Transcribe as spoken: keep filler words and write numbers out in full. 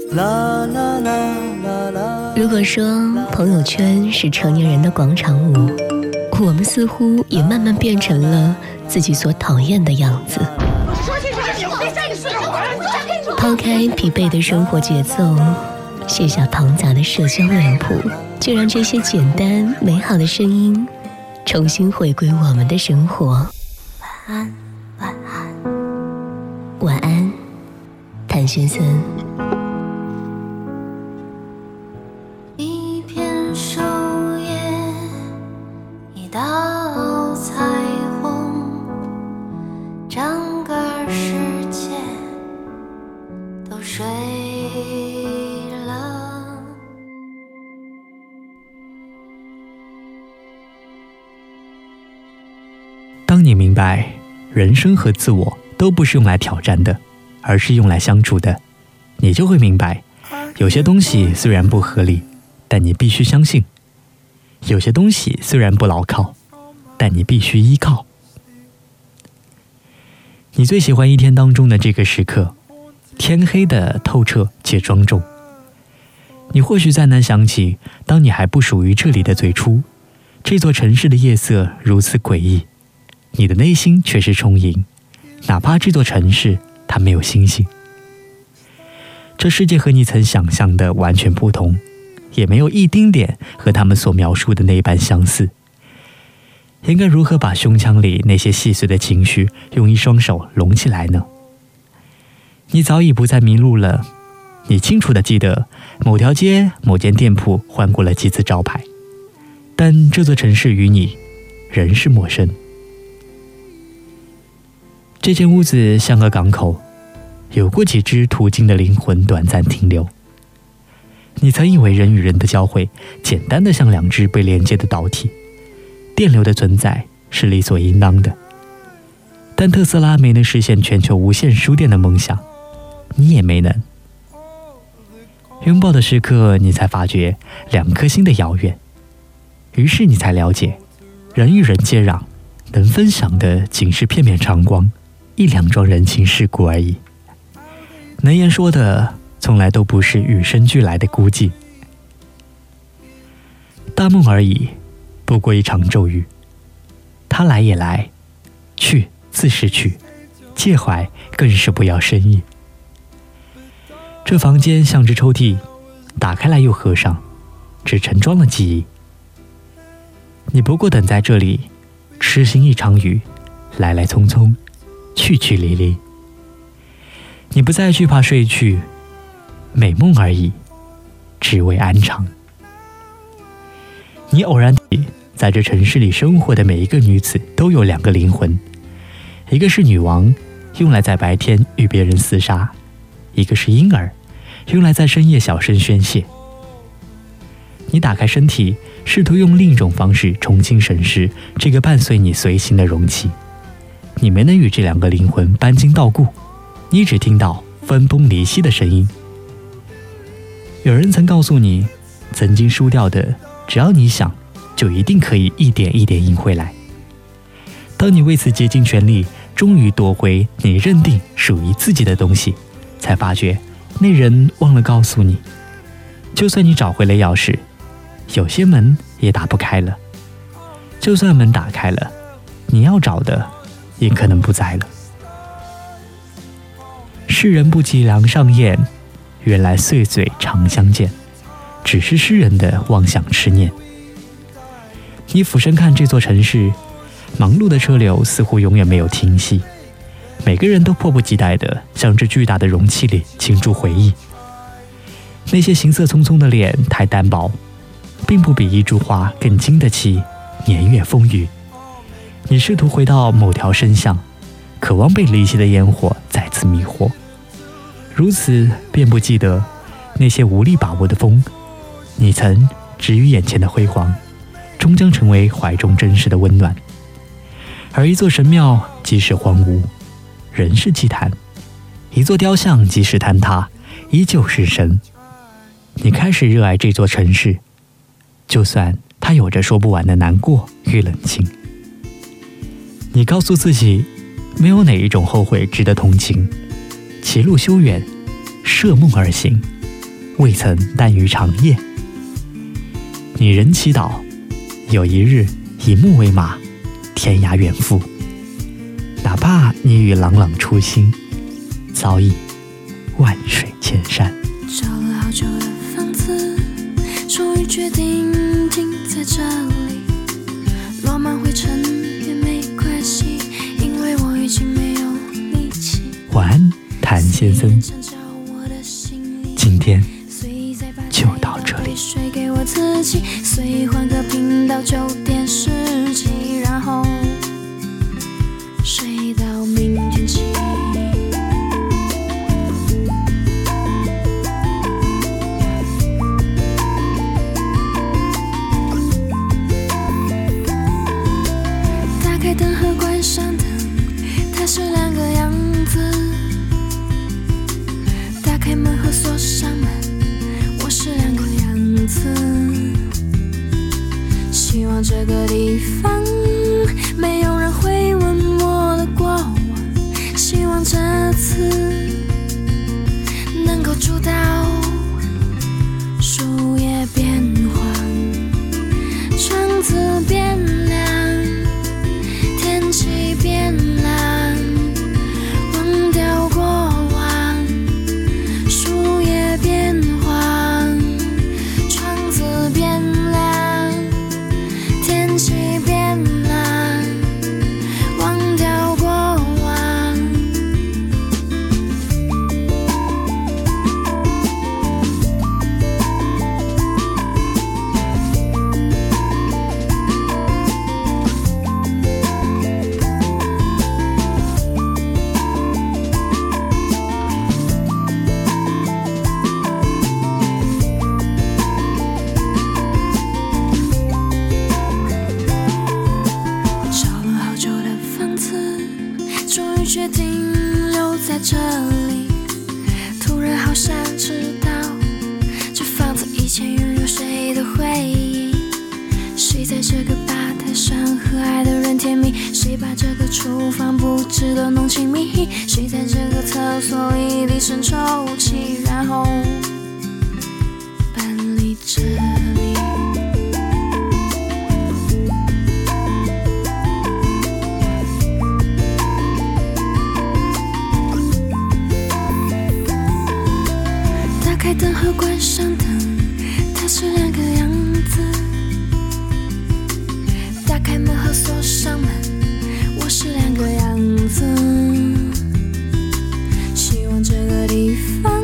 如果说朋友圈是成年人的广场舞，我们似乎也慢慢变成了自己所讨厌的样子。抛开疲惫的生活节奏，卸下庞杂的社交脸谱，就让这些简单美好的声音重新回归我们的生活。晚安，晚安，晚安，谭先生。 一片树叶，一道彩虹，整个世界都睡了。 当你明白人生和自我都不是用来挑战的，而是用来相处的，你就会明白，有些东西虽然不合理，但你必须相信；有些东西虽然不牢靠，但你必须依靠。你最喜欢一天当中的这个时刻，天黑的透彻且庄重。你或许再难想起，当你还不属于这里的最初，这座城市的夜色如此诡异，你的内心却是充盈，哪怕这座城市它没有星星。这世界和你曾想象的完全不同，也没有一丁点和他们所描述的那般相似。应该如何把胸腔里那些细碎的情绪用一双手拢起来呢？你早已不再迷路了，你清楚地记得某条街某间店铺换过了几次招牌，但这座城市与你仍是陌生。这间屋子像个港口，有过几只途经的灵魂短暂停留。你曾以为人与人的交汇简单的像两只被连接的导体，电流的存在是理所应当的。但特斯拉没能实现全球无线输电的梦想，你也没能。拥抱的时刻，你才发觉两颗心的遥远，于是你才了解，人与人接壤，能分享的仅是片片长光，一两桩人情世故而已。能言说的从来都不是与生俱来的孤寂。大梦而已，不过一场骤雨，它来也来，去自是去，介怀更是不要深意。这房间像只抽屉，打开来又合上，只盛装了记忆。你不过等在这里，痴心一场雨，来来匆匆，去去离离。你不再惧怕睡去，美梦而已，只为安常。你偶然地在这城市里生活的每一个女子都有两个灵魂，一个是女王，用来在白天与别人厮杀；一个是婴儿，用来在深夜小声宣泄。你打开身体，试图用另一种方式重新审视这个伴随你随行的容器。你没能与这两个灵魂搬经道故，你只听到分崩离析的声音。有人曾告诉你，曾经输掉的，只要你想，就一定可以一点一点赢回来。当你为此竭尽全力，终于夺回你认定属于自己的东西，才发觉那人忘了告诉你，就算你找回了钥匙，有些门也打不开了。就算门打开了，你要找的也可能不在了。世人不及梁上燕，原来岁岁常相见，只是诗人的妄想痴念。你俯身看这座城市，忙碌的车流似乎永远没有停息，每个人都迫不及待地向这巨大的容器里倾注回忆。那些行色匆匆的脸太单薄，并不比一株花更经得起年月风雨。你试图回到某条深巷，渴望被离奇的烟火再次迷惑，如此便不记得那些无力把握的风，你曾止于眼前的辉煌，终将成为怀中真实的温暖。而一座神庙即使荒芜，仍是祭坛；一座雕像即使坍塌，依旧是神。你开始热爱这座城市，就算它有着说不完的难过与冷清。你告诉自己，没有哪一种后悔值得同情，歧路修远，涉梦而行， 未曾耽于长夜。你仍祈祷有一日以木为马，天涯远赴，哪怕你与朗朗初心早已万水千山。 找了好久的房子，终于决定停在这里，落满灰尘也没关系，因为我已经没有力气。 晚安，谭先生，今天就到这里。 水给我自己，随意换个频道，九点十几，然后睡到明天起。打开灯和关上灯，它是两个样子。打开门和锁上门，我是两个样子。希望这个地方没有人会问我的过往，希望这次能够住到树叶变黄，窗子变亮，天气变蓝，忘掉过往，树叶变黄，窗子变亮，天气变蓝，忘掉过往。决定留在这里，突然好想知道这房子以前拥有谁的回忆，谁在这个吧台上和爱的人甜蜜，谁把这个厨房布置得浓情蜜意，谁在这个厕所里低声抽泣，然后搬离这里。开灯和关上灯，它是两个样子。打开门和锁上门，我是两个样子。希望这个地方